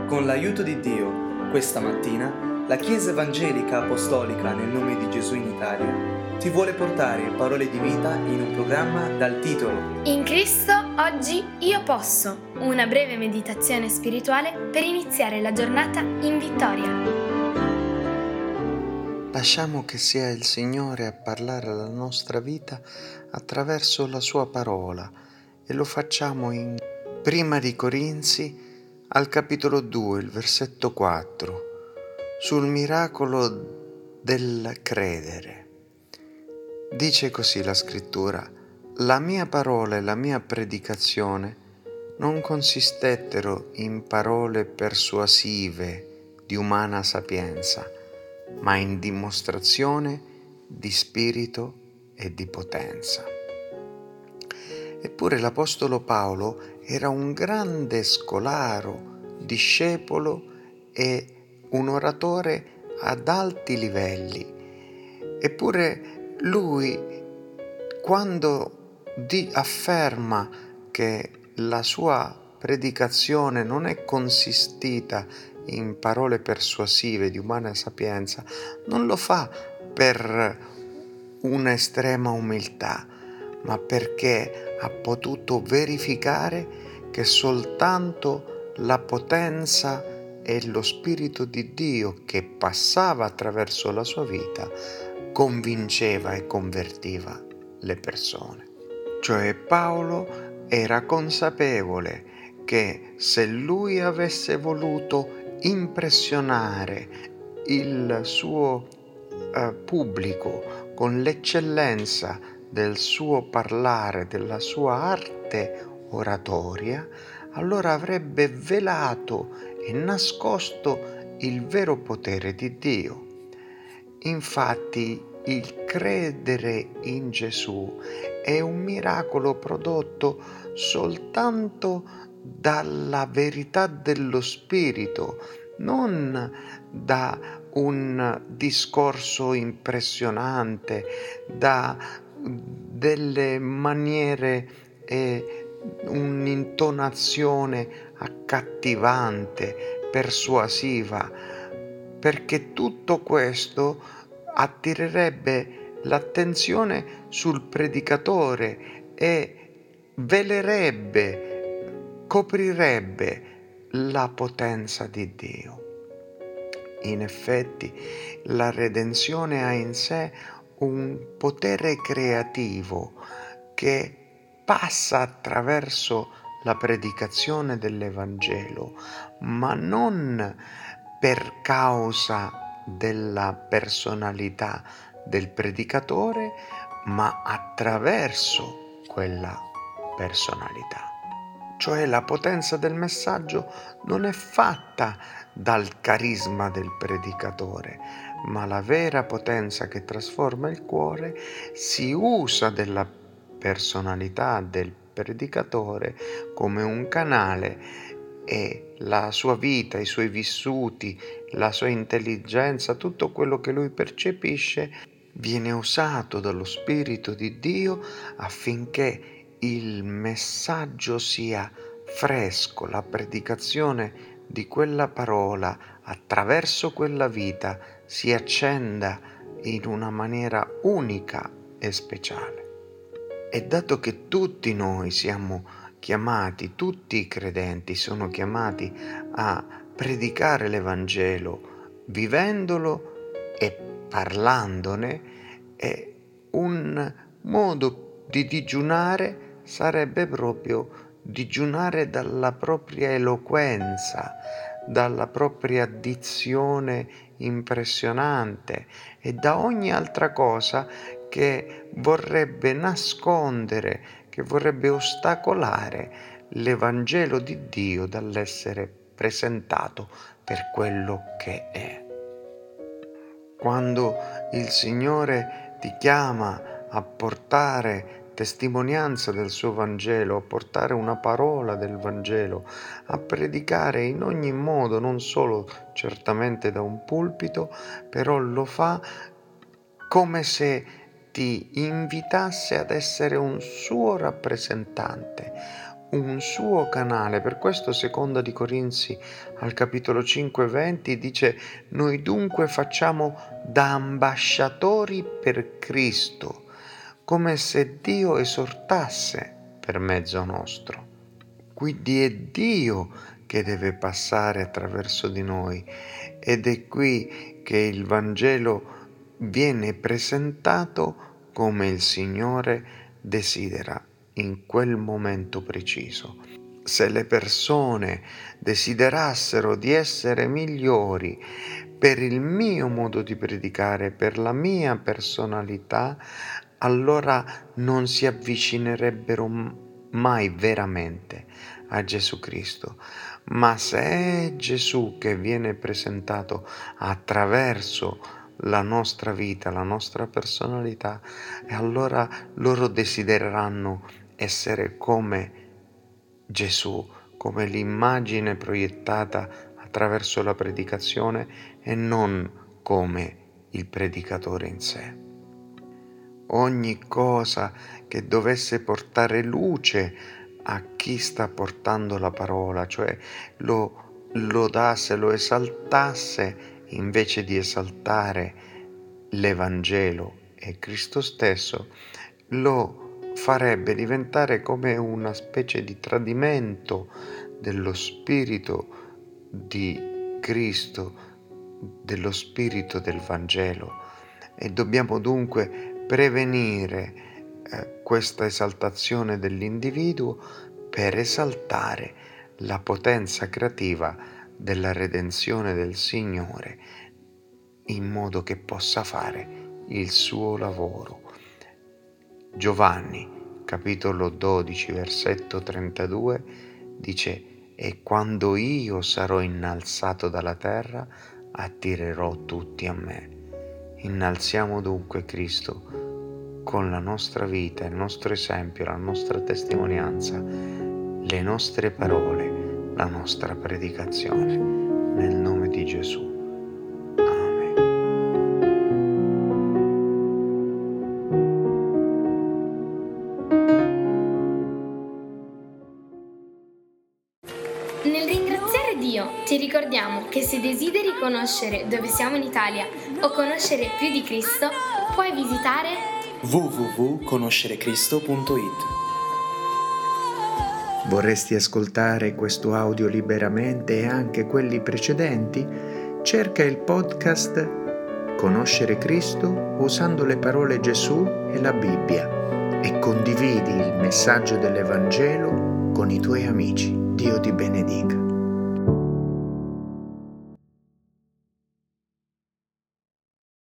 Con l'aiuto di Dio, questa mattina, la Chiesa Evangelica Apostolica nel nome di Gesù in Italia ti vuole portare parole di vita in un programma dal titolo In Cristo oggi io posso, una breve meditazione spirituale per iniziare la giornata in vittoria. Lasciamo che sia il Signore a parlare alla nostra vita attraverso la Sua parola e lo facciamo in Prima di Corinzi al capitolo 2, il versetto 4, sul miracolo del credere. Dice così la Scrittura: la mia parola e la mia predicazione non consistettero in parole persuasive di umana sapienza, ma in dimostrazione di spirito e di potenza. Eppure l'Apostolo Paolo era un grande scolaro, discepolo e un oratore ad alti livelli. Eppure lui, quando afferma che la sua predicazione non è consistita in parole persuasive di umana sapienza, non lo fa per un'estrema umiltà, ma perché ha potuto verificare che soltanto la potenza e lo Spirito di Dio che passava attraverso la sua vita convinceva e convertiva le persone. Cioè Paolo era consapevole che se lui avesse voluto impressionare il suo pubblico con l'eccellenza del suo parlare, della sua arte oratoria, allora avrebbe velato e nascosto il vero potere di Dio. Infatti, il credere in Gesù è un miracolo prodotto soltanto dalla verità dello Spirito, non da un discorso impressionante, da delle maniere e un'intonazione accattivante, persuasiva, perché tutto questo attirerebbe l'attenzione sul predicatore e velerebbe, coprirebbe la potenza di Dio. In effetti, la redenzione ha in sé un potere creativo che passa attraverso la predicazione dell'Evangelo, ma non per causa della personalità del predicatore, ma attraverso quella personalità. Cioè la potenza del messaggio non è fatta dal carisma del predicatore, ma la vera potenza che trasforma il cuore si usa della personalità del predicatore come un canale e la sua vita, i suoi vissuti, la sua intelligenza, tutto quello che lui percepisce viene usato dallo Spirito di Dio affinché il messaggio sia fresco, la predicazione di quella parola attraverso quella vita si accenda in una maniera unica e speciale. E dato che tutti noi siamo chiamati, tutti i credenti sono chiamati a predicare l'Evangelo, vivendolo e parlandone, è un modo di digiunare sarebbe proprio digiunare dalla propria eloquenza, dalla propria dizione impressionante e da ogni altra cosa che vorrebbe nascondere, che vorrebbe ostacolare l'Evangelo di Dio dall'essere presentato per quello che è. Quando il Signore ti chiama a portare testimonianza del suo Vangelo, a portare una parola del Vangelo, a predicare in ogni modo, non solo certamente da un pulpito, però lo fa come se ti invitasse ad essere un suo rappresentante, un suo canale. Per questo seconda di Corinzi al capitolo 5:20 dice: noi dunque facciamo da ambasciatori per Cristo, come se Dio esortasse per mezzo nostro. Quindi è Dio che deve passare attraverso di noi, ed è qui che il Vangelo viene presentato come il Signore desidera in quel momento preciso. Se le persone desiderassero di essere migliori per il mio modo di predicare, per la mia personalità, allora non si avvicinerebbero mai veramente a Gesù Cristo. Ma se è Gesù che viene presentato attraverso la nostra vita, la nostra personalità, e allora loro desidereranno essere come Gesù, come l'immagine proiettata attraverso la predicazione e non come il predicatore in sé. Ogni cosa che dovesse portare luce a chi sta portando la parola, cioè lo lodasse, lo esaltasse invece di esaltare l'Evangelo e Cristo stesso, lo farebbe diventare come una specie di tradimento dello Spirito di Cristo, dello Spirito del Vangelo. E dobbiamo dunque prevenire questa esaltazione dell'individuo per esaltare la potenza creativa della redenzione del Signore, in modo che possa fare il suo lavoro. Giovanni, capitolo 12, versetto 32, dice: e quando io sarò innalzato dalla terra, attirerò tutti a me. Innalziamo dunque Cristo con la nostra vita, il nostro esempio, la nostra testimonianza, le nostre parole, la nostra predicazione, nel nome di Gesù. Amen. Nel ringraziare Dio, ti ricordiamo che se desideri conoscere dove siamo in Italia o conoscere più di Cristo, puoi visitare www.conoscerecristo.it. Vorresti ascoltare questo audio liberamente e anche quelli precedenti? Cerca il podcast Conoscere Cristo usando le parole Gesù e la Bibbia e condividi il messaggio dell'Evangelo con i tuoi amici. Dio ti benedica.